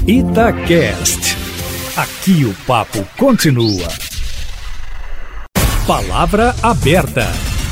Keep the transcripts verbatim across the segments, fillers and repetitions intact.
Itacast. Aqui o papo continua. Palavra aberta.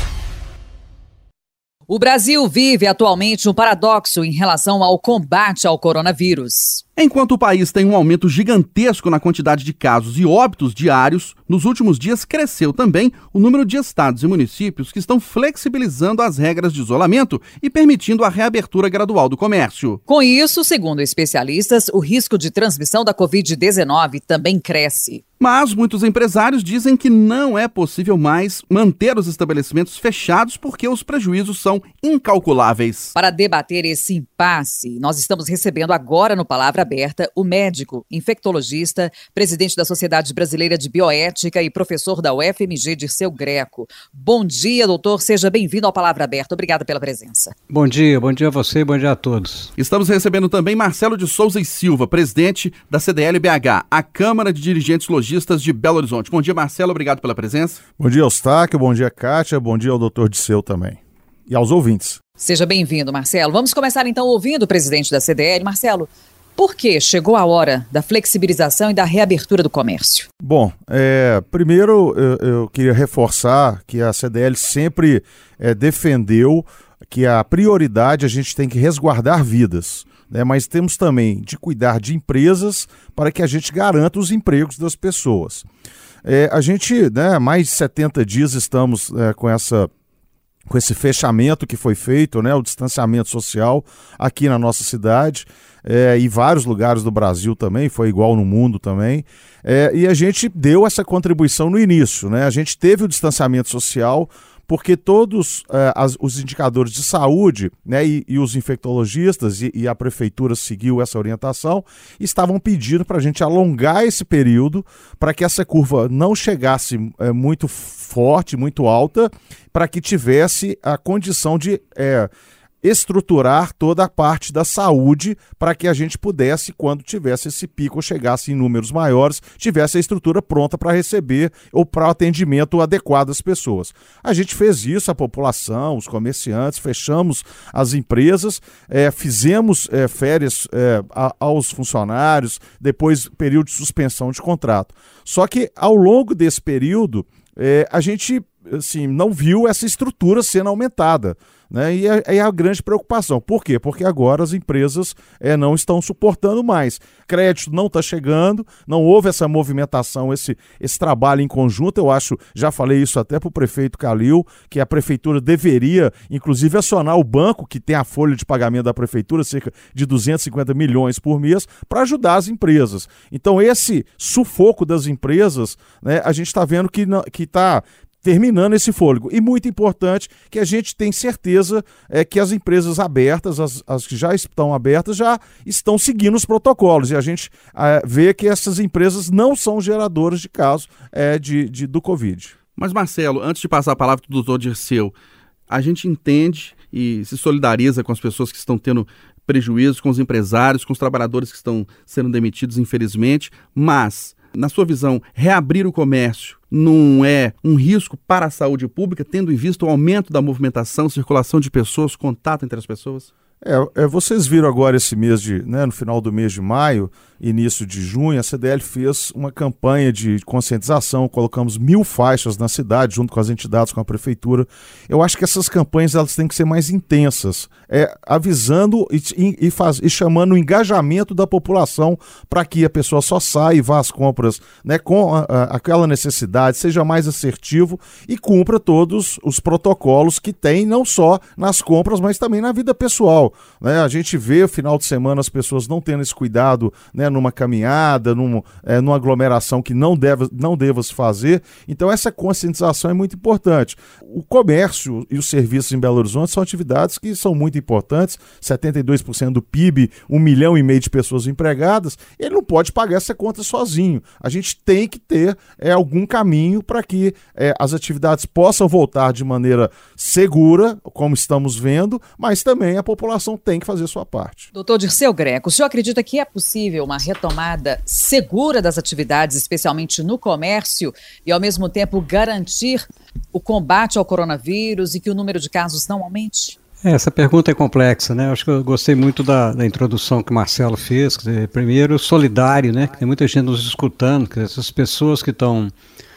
O Brasil vive atualmente um paradoxo em relação ao combate ao coronavírus. Enquanto o país tem um aumento gigantesco na quantidade de casos e óbitos diários, nos últimos dias cresceu também o número de estados e municípios que estão flexibilizando as regras de isolamento e permitindo a reabertura gradual do comércio. Com isso, segundo especialistas, o risco de transmissão da covid dezenove também cresce. Mas muitos empresários dizem que não é possível mais manter os estabelecimentos fechados porque os prejuízos são incalculáveis. Para debater esse impasse, nós estamos recebendo agora no Palavra Aberta o médico, infectologista, presidente da Sociedade Brasileira de Bioética e professor da U F M G, Dirceu Greco. Bom dia, doutor. Seja bem-vindo ao Palavra Aberta. Obrigada pela presença. Bom dia, bom dia a você e bom dia a todos. Estamos recebendo também Marcelo de Souza e Silva, presidente da C D L B H, a Câmara de Dirigentes Lojistas de Belo Horizonte. Bom dia, Marcelo. Obrigado pela presença. Bom dia, Eustáquio. Bom dia, Kátia. Bom dia ao doutor Dirceu também. E aos ouvintes. Seja bem-vindo, Marcelo. Vamos começar então ouvindo o presidente da C D L. Marcelo, por que chegou a hora da flexibilização e da reabertura do comércio? Bom, é, primeiro eu, eu queria reforçar que a C D L sempre é, defendeu que a prioridade a gente tem que resguardar vidas, né? Mas temos também de cuidar de empresas para que a gente garanta os empregos das pessoas. É, a gente, né, mais de setenta dias estamos é, com essa... com esse fechamento que foi feito, né, o distanciamento social aqui na nossa cidade é, e vários lugares do Brasil também, foi igual no mundo também, é, e a gente deu essa contribuição no início, né, a gente teve o distanciamento social porque todos é, as, os indicadores de saúde, né, e, e os infectologistas e, e a prefeitura seguiu essa orientação, estavam pedindo para a gente alongar esse período para que essa curva não chegasse é, muito forte, muito alta, para que tivesse a condição de é, estruturar toda a parte da saúde para que a gente pudesse, quando tivesse esse pico, chegasse em números maiores, tivesse a estrutura pronta para receber ou para o atendimento adequado às pessoas. A gente fez isso, a população, os comerciantes, fechamos as empresas, é, fizemos é, férias é, a, aos funcionários, depois período de suspensão de contrato. Só que ao longo desse período, é, a gente assim, não viu essa estrutura sendo aumentada, né? E é, é a grande preocupação. Por quê? Porque agora as empresas é, não estão suportando mais. Crédito não está chegando, não houve essa movimentação, esse, esse trabalho em conjunto. Eu acho, já falei isso até para o prefeito Calil, que a prefeitura deveria, inclusive, acionar o banco, que tem a folha de pagamento da prefeitura, cerca de duzentos e cinquenta milhões por mês, para ajudar as empresas. Então, esse sufoco das empresas, né, a gente está vendo que está terminando esse fôlego. E muito importante que a gente tem certeza é, que as empresas abertas, as, as que já estão abertas, já estão seguindo os protocolos. E a gente é, vê que essas empresas não são geradoras de casos é, de, de, do Covid. Mas, Marcelo, antes de passar a palavra para o doutor Dirceu, a gente entende e se solidariza com as pessoas que estão tendo prejuízos, com os empresários, com os trabalhadores que estão sendo demitidos, infelizmente, mas, na sua visão, reabrir o comércio não é um risco para a saúde pública, tendo em vista o aumento da movimentação, circulação de pessoas, contato entre as pessoas? É, é, vocês viram agora esse mês, de, né, no final do mês de maio, início de junho, a C D L fez uma campanha de conscientização, colocamos mil faixas na cidade, junto com as entidades, com a prefeitura. Eu acho que essas campanhas elas têm que ser mais intensas, é, avisando e, e, faz, e chamando o engajamento da população para que a pessoa só saia e vá às compras, né, com a, a, aquela necessidade, seja mais assertivo e cumpra todos os protocolos que tem, não só nas compras, mas também na vida pessoal. Né? A gente vê no final de semana as pessoas não tendo esse cuidado, né, numa caminhada, num, é, numa aglomeração que não deve, não deva se fazer. Então essa conscientização é muito importante. O comércio e os serviços em Belo Horizonte são atividades que são muito importantes, setenta e dois por cento do P I B, um milhão e meio de pessoas empregadas, ele não pode pagar essa conta sozinho. A gente tem que ter é, algum caminho para que é, as atividades possam voltar de maneira segura, como estamos vendo, mas também a população tem que fazer a sua parte. Doutor Dirceu Greco, o senhor acredita que é possível uma retomada segura das atividades, especialmente no comércio, e ao mesmo tempo garantir o combate ao coronavírus e que o número de casos não aumente? Essa pergunta é complexa, né? Eu acho que eu gostei muito da, da introdução que o Marcelo fez. Quer dizer, primeiro, solidário, né? Tem muita gente nos escutando, quer dizer, essas pessoas que estão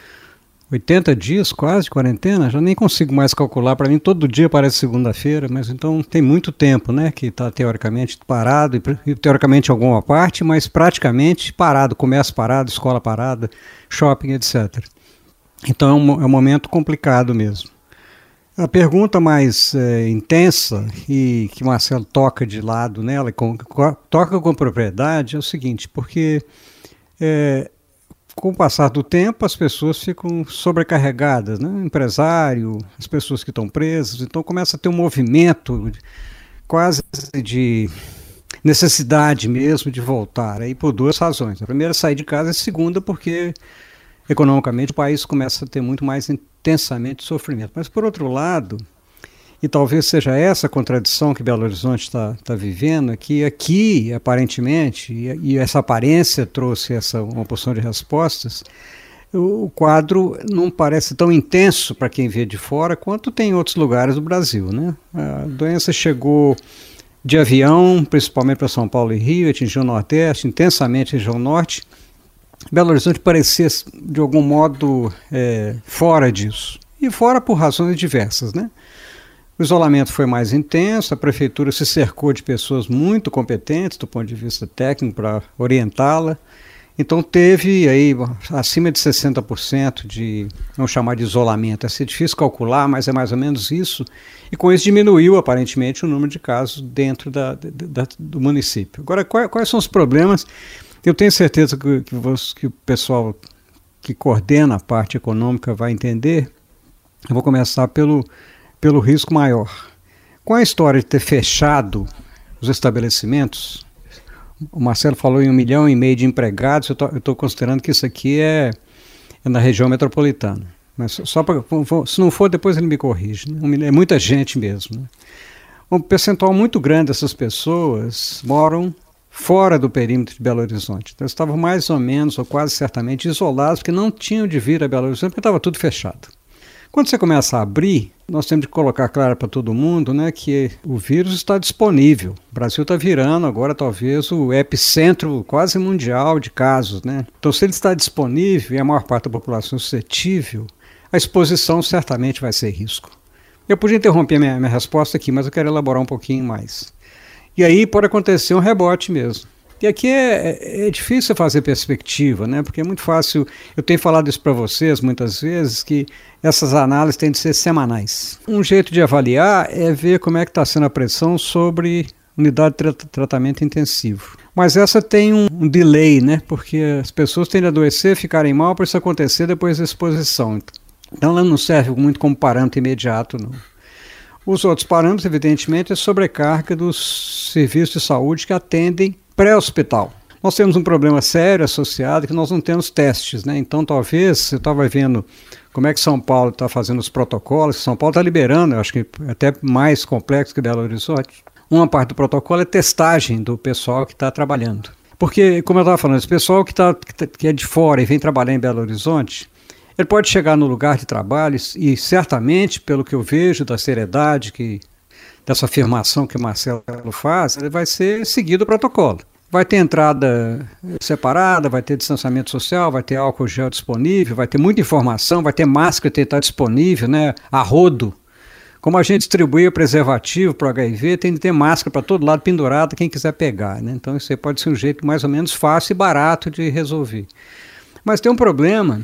oitenta dias quase de quarentena, já nem consigo mais calcular. Para mim, todo dia parece segunda-feira, mas então tem muito tempo, né? Que está teoricamente parado, e, e teoricamente em alguma parte, mas praticamente parado, comércio parado, escola parada, shopping, etcétera. Então é um, é um momento complicado mesmo. A pergunta mais é, intensa e que o Marcelo toca de lado nela, e com, com, toca com propriedade, é o seguinte, porque é, com o passar do tempo as pessoas ficam sobrecarregadas, né? O empresário, as pessoas que estão presas, então começa a ter um movimento quase de necessidade mesmo de voltar, aí por duas razões. A primeira é sair de casa, e a segunda porque economicamente o país começa a ter muito mais intensamente sofrimento. Mas por outro lado, e talvez seja essa a contradição que Belo Horizonte está tá vivendo, é que aqui, aparentemente, e, e essa aparência trouxe essa, uma porção de respostas, o, o quadro não parece tão intenso para quem vê de fora quanto tem em outros lugares do Brasil, né? A doença chegou de avião, principalmente para São Paulo e Rio, atingiu o Nordeste, intensamente a região Norte. Belo Horizonte parecia, de algum modo, é, fora disso. E fora por razões diversas, né? O isolamento foi mais intenso, a prefeitura se cercou de pessoas muito competentes do ponto de vista técnico para orientá-la. Então teve aí acima de sessenta por cento de, vamos chamar de isolamento. É difícil calcular, mas é mais ou menos isso. E com isso diminuiu aparentemente o número de casos dentro da, da, do município. Agora, quais, quais são os problemas? Eu tenho certeza que, que, você, que o pessoal que coordena a parte econômica vai entender. Eu vou começar pelo, pelo risco maior. Com a história de ter fechado os estabelecimentos, o Marcelo falou em um milhão e meio de empregados, eu estou considerando que isso aqui é, é na região metropolitana. Mas só pra, se não for, depois ele me corrige. Né? É muita gente mesmo. Né? Um percentual muito grande dessas pessoas moram fora do perímetro de Belo Horizonte. Então, estavam mais ou menos, ou quase certamente, isolados, porque não tinham de vir a Belo Horizonte, porque estava tudo fechado. Quando você começa a abrir, nós temos de colocar claro para todo mundo, né, que o vírus está disponível. O Brasil está virando agora talvez o epicentro quase mundial de casos. Né? Então, se ele está disponível e a maior parte da população é suscetível, a exposição certamente vai ser risco. Eu podia interromper minha, minha resposta aqui, mas eu quero elaborar um pouquinho mais. E aí pode acontecer um rebote mesmo. E aqui é, é difícil fazer perspectiva, né? Porque é muito fácil, eu tenho falado isso para vocês muitas vezes, que essas análises têm de ser semanais. Um jeito de avaliar é ver como é que está sendo a pressão sobre unidade de tra- tratamento intensivo. Mas essa tem um, um delay, né? Porque as pessoas tendem a adoecer, ficarem mal para isso acontecer depois da exposição. Então ela não serve muito como parâmetro imediato, não. Os outros parâmetros, evidentemente, é a sobrecarga dos serviços de saúde que atendem pré-hospital. Nós temos um problema sério associado que nós não temos testes, né? Então, talvez, eu estava vendo como é que São Paulo está fazendo os protocolos, São Paulo está liberando, eu acho que até mais complexo que Belo Horizonte. Uma parte do protocolo é testagem do pessoal que está trabalhando. Porque, como eu estava falando, esse pessoal que, tá, que é de fora e vem trabalhar em Belo Horizonte, ele pode chegar no lugar de trabalho e certamente, pelo que eu vejo da seriedade, que, dessa afirmação que o Marcelo faz, ele vai ser seguido o protocolo. Vai ter entrada separada, vai ter distanciamento social, vai ter álcool gel disponível, vai ter muita informação, vai ter máscara que está disponível, né, a rodo. Como a gente distribui preservativo para o H I V, tem que ter máscara para todo lado pendurada, quem quiser pegar. Né? Então isso aí pode ser um jeito mais ou menos fácil e barato de resolver. Mas tem um problema.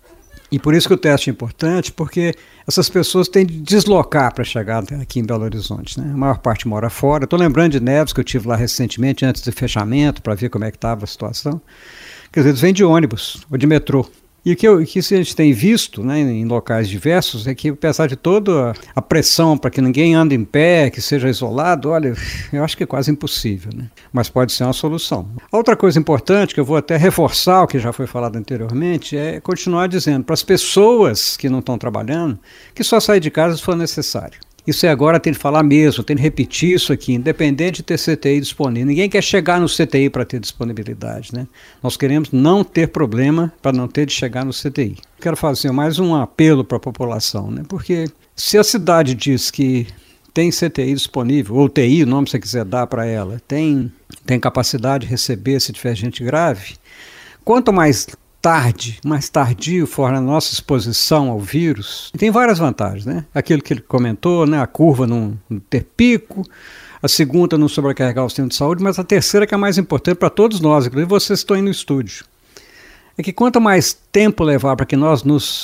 E por isso que o teste é importante, porque essas pessoas têm de deslocar para chegar aqui em Belo Horizonte. Né? A maior parte mora fora. Estou lembrando de Neves, que eu estive lá recentemente, antes do fechamento, para ver como é que estava a situação. Quer dizer, eles vêm de ônibus ou de metrô. E o que, eu, que a gente tem visto, né, em locais diversos é que, apesar de toda a pressão para que ninguém ande em pé, que seja isolado, olha, eu acho que é quase impossível, né? Mas pode ser uma solução. A outra coisa importante, que eu vou até reforçar o que já foi falado anteriormente, é continuar dizendo para as pessoas que não estão trabalhando que só sair de casa se for necessário. Isso é agora, tem que falar mesmo, tem que repetir isso aqui, independente de ter C T I disponível. Ninguém quer chegar no C T I para ter disponibilidade, né? Nós queremos não ter problema para não ter de chegar no C T I. Quero fazer mais um apelo para a população, né? Porque se a cidade diz que tem C T I disponível, ou U T I, o nome que você quiser dar para ela, tem, tem capacidade de receber se tiver gente grave, quanto mais tarde, mais tardio for a nossa exposição ao vírus, tem várias vantagens, né? Aquilo que ele comentou, né? A curva não, não ter pico, a segunda não sobrecarregar o sistema de saúde, mas a terceira que é a mais importante para todos nós, inclusive vocês estão aí no estúdio, é que quanto mais tempo levar para que nós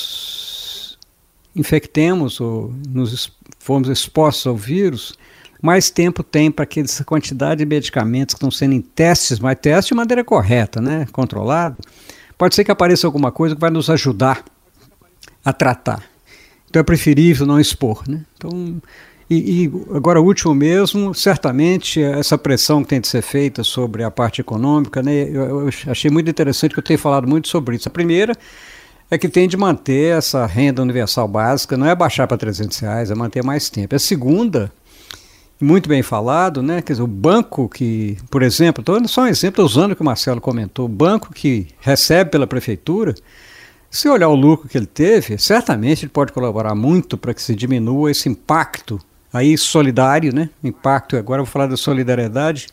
nos infectemos ou nos formos expostos ao vírus, mais tempo tem para que essa quantidade de medicamentos que estão sendo em testes, mas testes de maneira correta, né? Controlado, pode ser que apareça alguma coisa que vai nos ajudar a tratar. Então é preferível não expor, né? Então, e, e agora o último mesmo, certamente essa pressão que tem de ser feita sobre a parte econômica, né? Eu, eu achei muito interessante que eu tenho falado muito sobre isso. A primeira é que tem de manter essa renda universal básica, não é baixar para trezentos reais, é manter mais tempo. A segunda, muito bem falado, né? Quer dizer, o banco que, por exemplo, estou só um exemplo, usando o que o Marcelo comentou, o banco que recebe pela prefeitura, se olhar o lucro que ele teve, certamente ele pode colaborar muito para que se diminua esse impacto aí solidário, né? Impacto, agora eu vou falar da solidariedade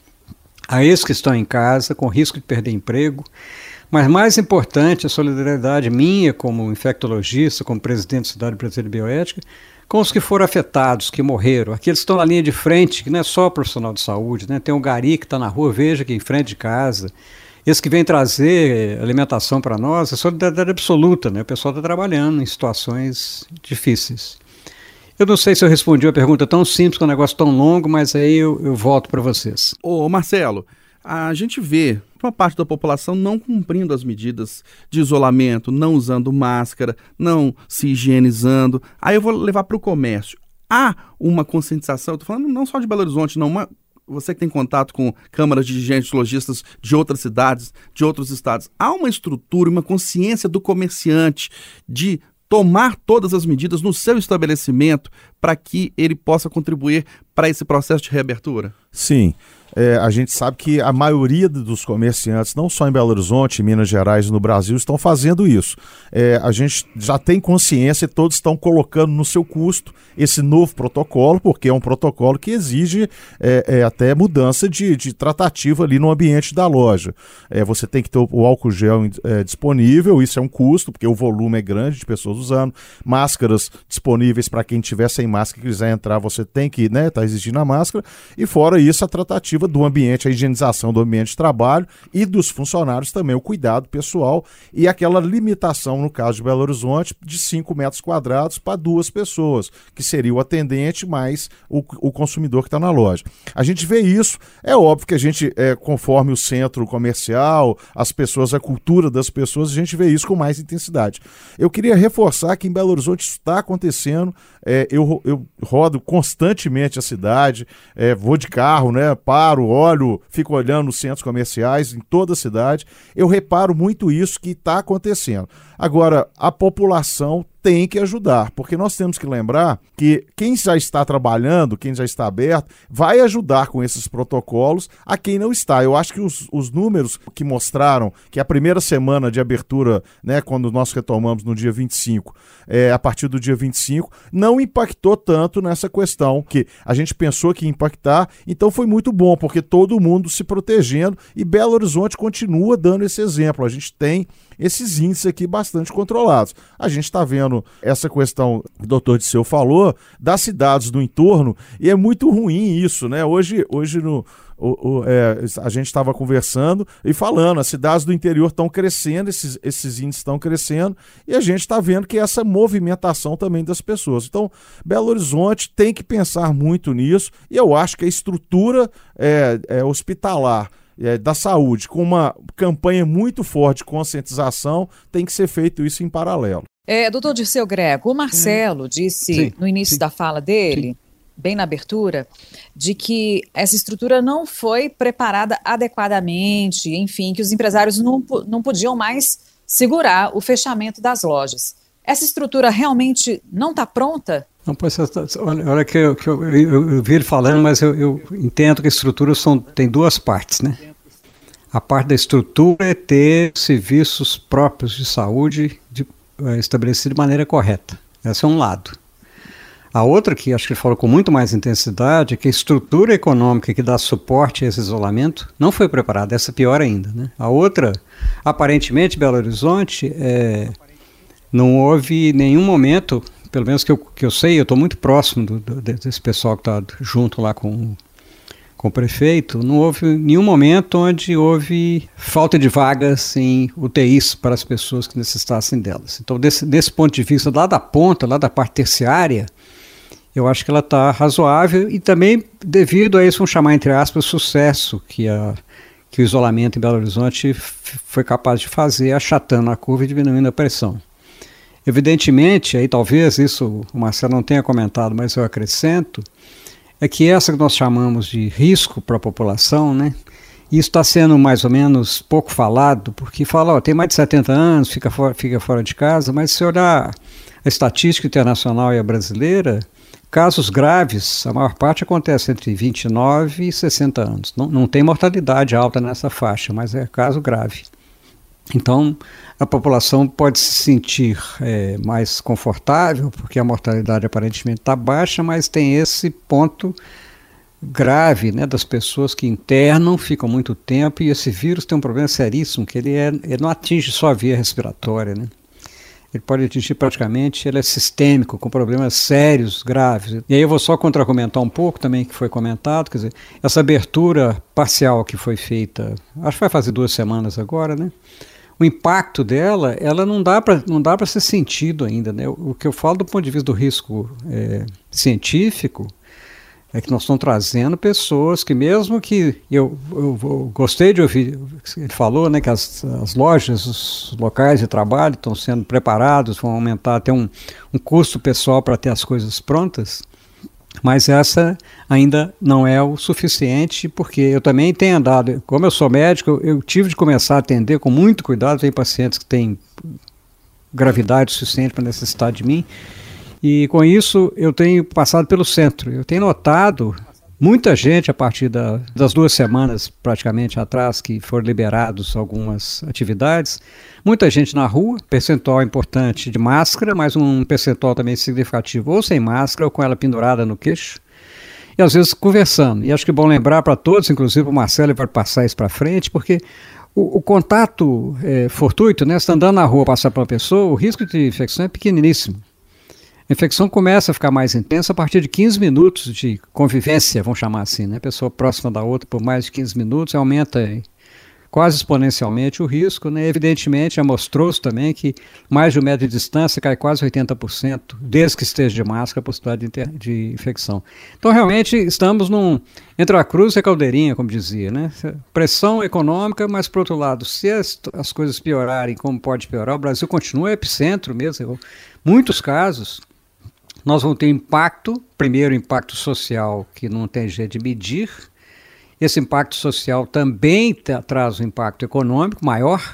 a esses que estão em casa, com risco de perder emprego, mas mais importante, a solidariedade minha como infectologista, como presidente da Sociedade Brasileira de Bioética, com os que foram afetados, que morreram, aqueles que estão na linha de frente, que não é só profissional de saúde, né? Tem um gari que está na rua, veja aqui em frente de casa, esse que vem trazer alimentação para nós, é solidariedade absoluta, né? O pessoal está trabalhando em situações difíceis. Eu não sei se eu respondi uma pergunta tão simples, com um negócio tão longo, mas aí eu, eu volto para vocês. Ô Marcelo, a gente vê uma parte da população não cumprindo as medidas de isolamento, não usando máscara, não se higienizando. Aí eu vou levar para o comércio. Há uma conscientização, eu estou falando não só de Belo Horizonte, não, uma, você que tem contato com câmaras de ginecolojistas de outras cidades, de outros estados. Há uma estrutura, uma consciência do comerciante de tomar todas as medidas no seu estabelecimento para que ele possa contribuir para esse processo de reabertura? Sim. É, a gente sabe que a maioria dos comerciantes, não só em Belo Horizonte, em Minas Gerais e no Brasil, estão fazendo isso. É, a gente já tem consciência e todos estão colocando no seu custo esse novo protocolo, porque é um protocolo que exige é, é, até mudança de, de tratativa ali no ambiente da loja. É, você tem que ter o, o álcool gel é, disponível, isso é um custo, porque o volume é grande de pessoas usando. Máscaras disponíveis para quem tiver sem máscara e quiser entrar, você tem que, né, tá exigindo a máscara. E fora isso, a tratativa do ambiente, a higienização do ambiente de trabalho e dos funcionários também, o cuidado pessoal e aquela limitação, no caso de Belo Horizonte, de cinco metros quadrados para duas pessoas, que seria o atendente mais o, o consumidor que está na loja. A gente vê isso, é óbvio que a gente, é, conforme o centro comercial, as pessoas, a cultura das pessoas, a gente vê isso com mais intensidade. Eu queria reforçar que em Belo Horizonte isso está acontecendo, é, eu, eu rodo constantemente a cidade, é, vou de carro, né, para olho, fico olhando os centros comerciais em toda a cidade, eu reparo muito isso que está acontecendo. Agora, a população tem que ajudar, porque nós temos que lembrar que quem já está trabalhando, quem já está aberto, vai ajudar com esses protocolos a quem não está. Eu acho que os, os números que mostraram que a primeira semana de abertura, né, quando nós retomamos no dia vinte e cinco, é, a partir do dia vinte e cinco, não impactou tanto nessa questão, que a gente pensou que ia impactar, então foi muito bom, porque todo mundo se protegendo e Belo Horizonte continua dando esse exemplo. A gente tem esses índices aqui bastante controlados. A gente está vendo essa questão que o doutor Disseu falou, das cidades do entorno, e é muito ruim isso, né? Hoje, hoje no, o, o, é, a gente estava conversando e falando, as cidades do interior estão crescendo, esses, esses índices estão crescendo, e a gente está vendo que essa movimentação também das pessoas. Então, Belo Horizonte tem que pensar muito nisso, e eu acho que a estrutura é, é, hospitalar É, da saúde, com uma campanha muito forte de conscientização, tem que ser feito isso em paralelo. É, doutor Dirceu Greco, o Marcelo hum. disse sim, no início sim. da fala dele, sim. bem na abertura, de que essa estrutura não foi preparada adequadamente, enfim, que os empresários não, não podiam mais segurar o fechamento das lojas. Essa estrutura realmente não está pronta? Não, pois, olha, olha que, eu, que eu, eu, eu vi ele falando, mas eu, eu entendo que a estrutura são, tem duas partes, né? A parte da estrutura é ter serviços próprios de saúde de, é, estabelecidos de maneira correta. Esse é um lado. A outra, que acho que ele falou com muito mais intensidade, é que a estrutura econômica que dá suporte a esse isolamento não foi preparada, essa pior ainda, né? A outra, aparentemente, Belo Horizonte, é, não houve nenhum momento, pelo menos que eu, que eu sei, eu estou muito próximo do, do, desse pessoal que está junto lá com, com o prefeito, não houve nenhum momento onde houve falta de vagas em U T Is para as pessoas que necessitassem delas. Então, desse, desse ponto de vista, lá da ponta, lá da parte terciária, eu acho que ela está razoável e também devido a isso, vamos chamar entre aspas, o sucesso que, a, que o isolamento em Belo Horizonte f- foi capaz de fazer, achatando a curva e diminuindo a pressão. Evidentemente, aí talvez isso o Marcelo não tenha comentado, mas eu acrescento, é que essa que nós chamamos de risco para a população, né? Isso está sendo mais ou menos pouco falado, porque fala, ó, tem mais de setenta anos, fica fora, fica fora de casa, mas se olhar a estatística internacional e a brasileira, casos graves, a maior parte acontece entre vinte e nove e sessenta anos. Não, não tem mortalidade alta nessa faixa, mas é caso grave. Então, a população pode se sentir é, mais confortável, porque a mortalidade aparentemente está baixa, mas tem esse ponto grave, né, das pessoas que internam, ficam muito tempo, e esse vírus tem um problema seríssimo, que ele, é, ele não atinge só a via respiratória, né? Ele pode atingir praticamente, ele é sistêmico, com problemas sérios, graves. E aí eu vou só contra-comentar um pouco também, que foi comentado, quer dizer, essa abertura parcial que foi feita, acho que vai fazer duas semanas agora, né? O impacto dela, ela não dá para não dá para ser sentido ainda, né? O, o que eu falo do ponto de vista do risco é, científico é que nós estamos trazendo pessoas que mesmo que, eu, eu, eu gostei de ouvir, ele falou, né, que as, as lojas, os locais de trabalho estão sendo preparados, vão aumentar até um, um custo pessoal para ter as coisas prontas, mas essa ainda não é o suficiente, porque eu também tenho andado, como eu sou médico, eu, eu tive de começar a atender com muito cuidado, tem pacientes que têm gravidade suficiente para necessitar de mim, e com isso eu tenho passado pelo centro, eu tenho notado muita gente a partir da, das duas semanas praticamente atrás que foram liberados algumas atividades, muita gente na rua, percentual importante de máscara, mas um percentual também significativo ou sem máscara ou com ela pendurada no queixo, e às vezes conversando, e acho que é bom lembrar para todos, inclusive o Marcelo vai passar isso para frente, porque o, o contato é, fortuito, né, você está andando na rua, passar para uma pessoa, o risco de infecção é pequeniníssimo. A infecção começa a ficar mais intensa a partir de quinze minutos de convivência, vamos chamar assim, né? Pessoa próxima da outra por mais de quinze minutos, aumenta quase exponencialmente o risco, né? Evidentemente, já mostrou-se também que mais de um metro de distância cai quase oitenta por cento, desde que esteja de máscara, a possibilidade de, inter... de infecção. Então, realmente, estamos num entre a cruz e a caldeirinha, como dizia, né? Pressão econômica, mas, por outro lado, se as, as coisas piorarem, como pode piorar, o Brasil continua epicentro mesmo, muitos casos. Nós vamos ter impacto, primeiro impacto social, que não tem jeito de medir. Esse impacto social também tra- traz um impacto econômico maior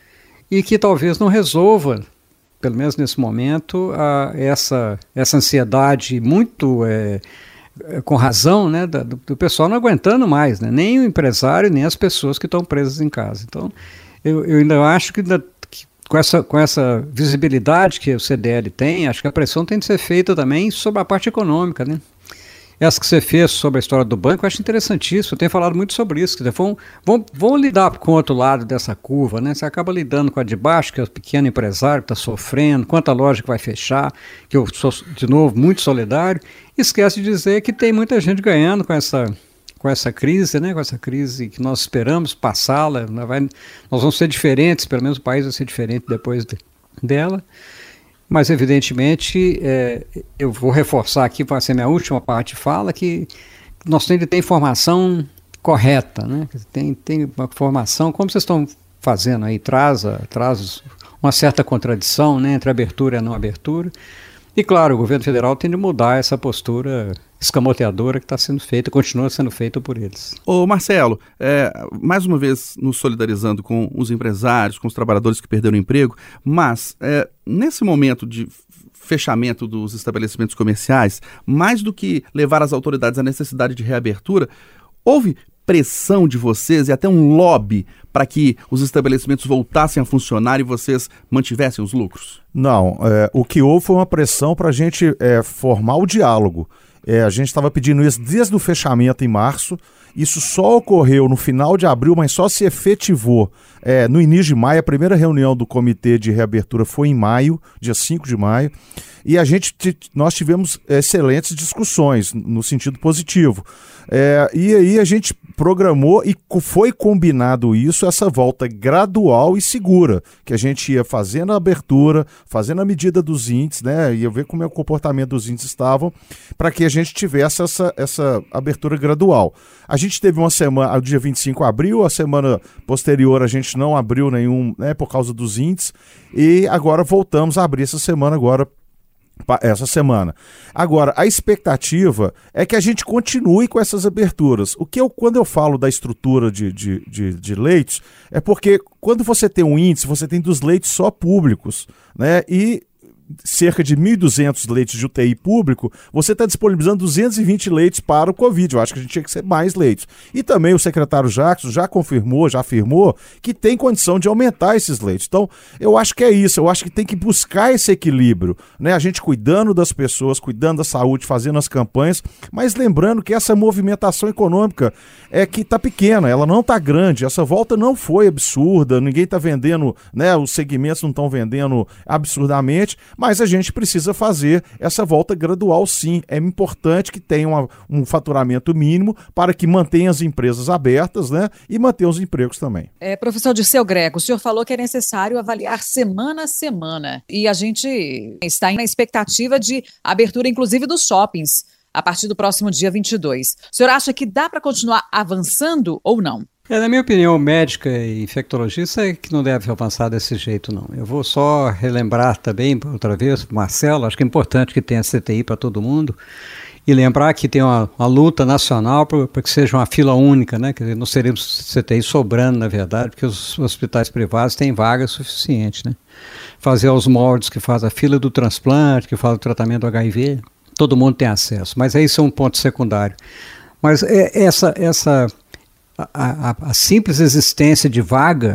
e que talvez não resolva, pelo menos nesse momento, a, essa, essa ansiedade muito, é, é, com razão, né, da, do, do pessoal não aguentando mais, né, nem o empresário, nem as pessoas que estão presas em casa. Então, eu, eu ainda acho que... Da, Com essa, com essa visibilidade que o C D L tem, acho que a pressão tem de ser feita também sobre a parte econômica, né? Essa que você fez sobre a história do banco, eu acho interessantíssimo, eu tenho falado muito sobre isso, quer dizer, vão, vão, vão lidar com o outro lado dessa curva, né? Você acaba lidando com a de baixo, que é o pequeno empresário que está sofrendo, quanta loja que vai fechar, que eu sou, de novo, muito solidário, e esquece de dizer que tem muita gente ganhando com essa... com essa crise, né, com essa crise que nós esperamos passá-la, nós, nós vamos ser diferentes, pelo menos o país vai ser diferente depois de, dela, mas evidentemente é, eu vou reforçar aqui, vai ser minha última parte de fala, que nós temos que ter informação correta, né, tem, tem uma informação, como vocês estão fazendo aí, traz, a, traz uma certa contradição, né, entre abertura e não abertura. E claro, o governo federal tem de mudar essa postura escamoteadora que está sendo feita, continua sendo feita por eles. Ô Marcelo, é, mais uma vez nos solidarizando com os empresários, com os trabalhadores que perderam o emprego, mas é, nesse momento de fechamento dos estabelecimentos comerciais, mais do que levar as autoridades à necessidade de reabertura, houve pressão de vocês e até um lobby para que os estabelecimentos voltassem a funcionar e vocês mantivessem os lucros? Não, é, o que houve foi uma pressão para a gente é, formar o diálogo. É, a gente estava pedindo isso desde o fechamento em março. Isso só ocorreu no final de abril, mas só se efetivou é, no início de maio. A primeira reunião do comitê de reabertura foi em maio, dia cinco de maio. E a gente, nós tivemos excelentes discussões, no sentido positivo. É, e aí a gente programou e foi combinado isso, essa volta gradual e segura, que a gente ia fazendo a abertura, fazendo a medida dos índices, né, ia ver como é o comportamento dos índices estavam, para que a gente tivesse essa, essa abertura gradual. A gente teve uma semana, o dia vinte e cinco abriu, a semana posterior a gente não abriu nenhum, né, por causa dos índices, e agora voltamos a abrir essa semana agora, essa semana. Agora, a expectativa é que a gente continue com essas aberturas. O que eu, quando eu falo da estrutura de, de, de, de leitos, é porque quando você tem um índice, você tem dos leitos só públicos, né? E cerca de mil e duzentos leitos de U T I público, você está disponibilizando duzentos e vinte leitos para o Covid. Eu acho que a gente tinha que ser mais leitos. E também o secretário Jackson já confirmou, já afirmou que tem condição de aumentar esses leitos. Então, eu acho que é isso. Eu acho que tem que buscar esse equilíbrio, né? A gente cuidando das pessoas, cuidando da saúde, fazendo as campanhas, mas lembrando que essa movimentação econômica é que está pequena, ela não está grande. Essa volta não foi absurda, ninguém está vendendo, né? Os segmentos não estão vendendo absurdamente, mas a gente precisa fazer essa volta gradual, sim. É importante que tenha uma, um faturamento mínimo para que mantenha as empresas abertas, né, e mantenha os empregos também. É, professor Dirceu Greco, o senhor falou que é necessário avaliar semana a semana e a gente está na expectativa de abertura, inclusive, dos shoppings a partir do próximo dia vinte e dois. O senhor acha que dá para continuar avançando ou não? É, na minha opinião, médica e infectologista é que não deve avançar desse jeito, não. Eu vou só relembrar também, outra vez, Marcelo, acho que é importante que tenha C T I para todo mundo, e lembrar que tem uma, uma luta nacional para que seja uma fila única, né? Quer dizer, não seremos C T I sobrando, na verdade, porque os hospitais privados têm vaga suficiente, né? Fazer os moldes que faz a fila do transplante, que faz o tratamento do H I V, todo mundo tem acesso, mas aí isso é um ponto secundário. Mas é, essa... essa A, a, a simples existência de vaga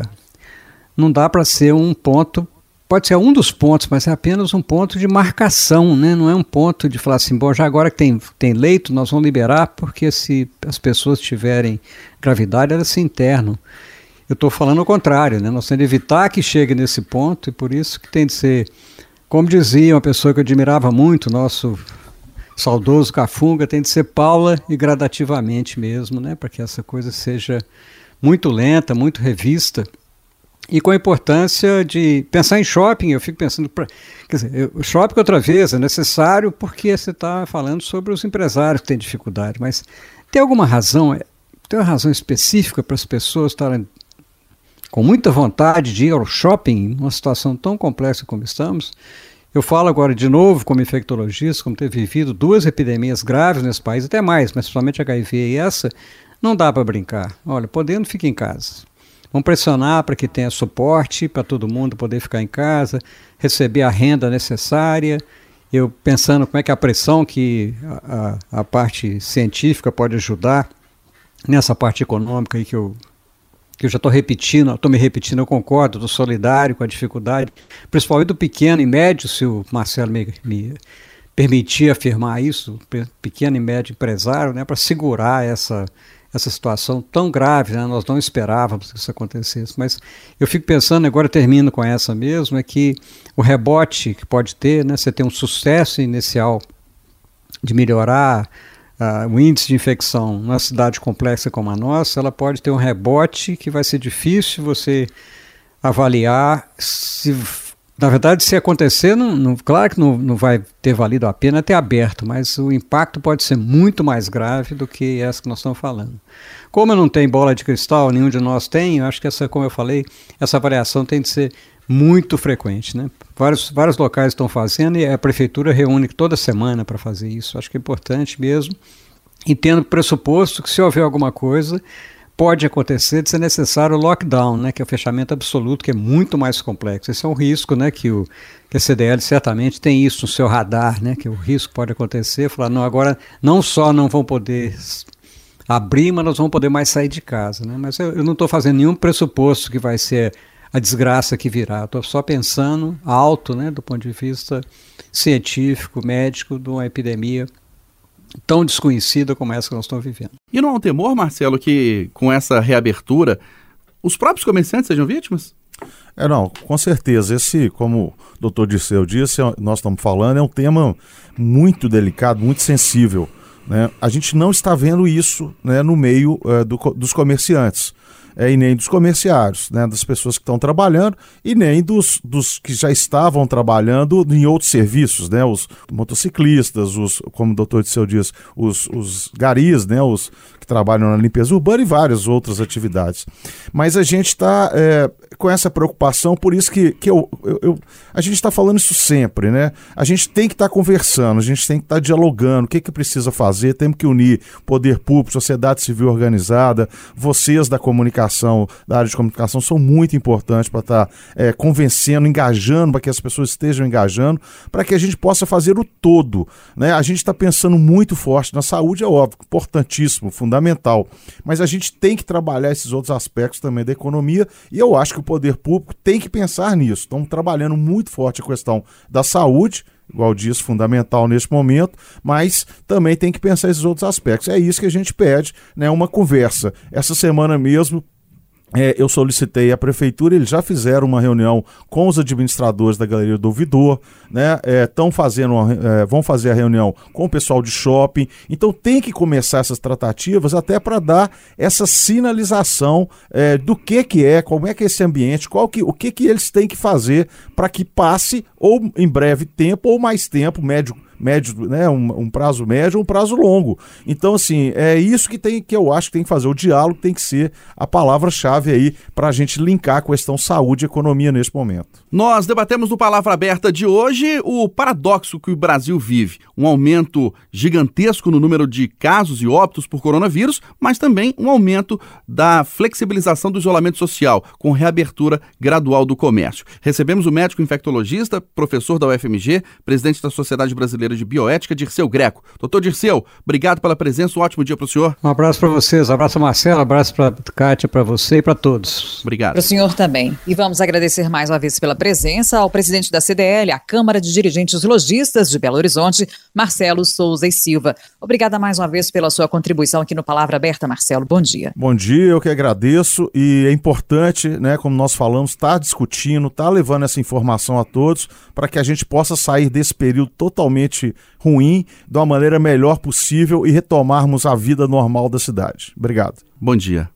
não dá para ser um ponto, pode ser um dos pontos, mas é apenas um ponto de marcação, né? Não é um ponto de falar assim, bom, já agora que tem, tem leito, nós vamos liberar, porque se as pessoas tiverem gravidade, elas se internam. Eu estou falando o contrário, né? Nós temos de evitar que chegue nesse ponto, e por isso que tem de ser, como dizia uma pessoa que eu admirava muito, nosso saudoso Cafunga, tem de ser paula e gradativamente mesmo, né, para que essa coisa seja muito lenta, muito revista, e com a importância de pensar em shopping. Eu fico pensando, pra, quer dizer, o shopping outra vez é necessário porque você está falando sobre os empresários que têm dificuldade, mas tem alguma razão, tem uma razão específica para as pessoas estarem com muita vontade de ir ao shopping numa situação tão complexa como estamos? Eu falo agora de novo como infectologista, como ter vivido duas epidemias graves nesse país, até mais, mas principalmente H I V e essa, não dá para brincar. Olha, podendo, fica em casa. Vamos pressionar para que tenha suporte para todo mundo poder ficar em casa, receber a renda necessária. Eu pensando como é que a pressão que a, a, a parte científica pode ajudar nessa parte econômica aí que eu... que eu já estou repetindo, estou me repetindo, eu concordo, estou solidário com a dificuldade, principalmente do pequeno e médio, se o Marcelo me, me permitir afirmar isso, pequeno e médio empresário, né, para segurar essa, essa situação tão grave, né, nós não esperávamos que isso acontecesse, mas eu fico pensando, agora termino com essa mesmo, é que o rebote que pode ter, né, você tem um sucesso inicial de melhorar Uh, o índice de infecção numa cidade complexa como a nossa, ela pode ter um rebote que vai ser difícil você avaliar. Se, na verdade, se acontecer, não, não, claro que não, não vai ter valido a pena ter aberto, mas o impacto pode ser muito mais grave do que essa que nós estamos falando. Como eu não tenho bola de cristal, nenhum de nós tem, eu acho que essa, como eu falei, essa avaliação tem de ser muito frequente, né? Vários, vários locais estão fazendo e a prefeitura reúne toda semana para fazer isso. Acho que é importante mesmo. E tendo o pressuposto que se houver alguma coisa, pode acontecer de ser necessário o lockdown, né? Que é o fechamento absoluto, que é muito mais complexo. Esse é um risco, né? Que, o, que a C D L certamente tem isso no seu radar, né? Que o risco pode acontecer. Falar, não, agora não só não vão poder abrir, mas nós vamos poder mais sair de casa, né? Mas eu, eu não estou fazendo nenhum pressuposto que vai ser a desgraça que virá. Estou só pensando alto, né, do ponto de vista científico, médico, de uma epidemia tão desconhecida como essa que nós estamos vivendo. E não há um temor, Marcelo, que com essa reabertura os próprios comerciantes sejam vítimas? É, não, com certeza. Esse, como o doutor Dirceu disse, nós estamos falando, é um tema muito delicado, muito sensível, né? A gente não está vendo isso, né, no meio é, do, dos comerciantes. É, e nem dos comerciários, né, das pessoas que estão trabalhando, e nem dos, dos que já estavam trabalhando em outros serviços, né, os motociclistas, os, como o doutor Dirceu diz, os, os garis, né, os que trabalham na limpeza urbana e várias outras atividades. Mas a gente está é, com essa preocupação, por isso que, que eu, eu, eu, a gente está falando isso sempre, né? A gente tem que estar tá conversando, a gente tem que estar tá dialogando, o que, que precisa fazer, temos que unir poder público, sociedade civil organizada, vocês da comunicação, da área de comunicação, são muito importantes para estar tá, é, convencendo, engajando, para que as pessoas estejam engajando, para que a gente possa fazer o todo, né? A gente está pensando muito forte na saúde, é óbvio, importantíssimo, fundamental, mas a gente tem que trabalhar esses outros aspectos também da economia, e eu acho que o poder público tem que pensar nisso. Estamos trabalhando muito forte a questão da saúde, igual disse, fundamental neste momento, mas também tem que pensar esses outros aspectos. É isso que a gente pede, né, uma conversa. Essa semana mesmo, É, eu solicitei à prefeitura, eles já fizeram uma reunião com os administradores da Galeria do Ouvidor, né? É, tão fazendo uma, é, vão fazer a reunião com o pessoal de shopping, então tem que começar essas tratativas até para dar essa sinalização é, do que que é, como é que é esse ambiente, qual que, o que que eles têm que fazer para que passe ou em breve tempo ou mais tempo, médio médio, né, um, um prazo médio ou um prazo longo. Então, assim, é isso que, tem, que eu acho que tem que fazer. O diálogo tem que ser a palavra-chave aí para a gente linkar a questão saúde e economia nesse momento. Nós debatemos no Palavra Aberta de hoje o paradoxo que o Brasil vive. Um aumento gigantesco no número de casos e óbitos por coronavírus, mas também um aumento da flexibilização do isolamento social, com reabertura gradual do comércio. Recebemos o médico infectologista, professor da U F M G, presidente da Sociedade Brasileira de Bioética, Dirceu Greco. Doutor Dirceu, obrigado pela presença, um ótimo dia para o senhor. Um abraço para vocês, um abraço Marcelo, um abraço para Kátia, para você e para todos. Obrigado. Para o senhor também. E vamos agradecer mais uma vez pela presença ao presidente da C D L, a Câmara de Dirigentes Lojistas de Belo Horizonte, Marcelo Souza e Silva. Obrigada mais uma vez pela sua contribuição aqui no Palavra Aberta, Marcelo. Bom dia. Bom dia, eu que agradeço, e é importante, né, como nós falamos, estar tá discutindo, estar tá levando essa informação a todos, para que a gente possa sair desse período totalmente ruim, de uma maneira melhor possível e retomarmos a vida normal da cidade. Obrigado. Bom dia.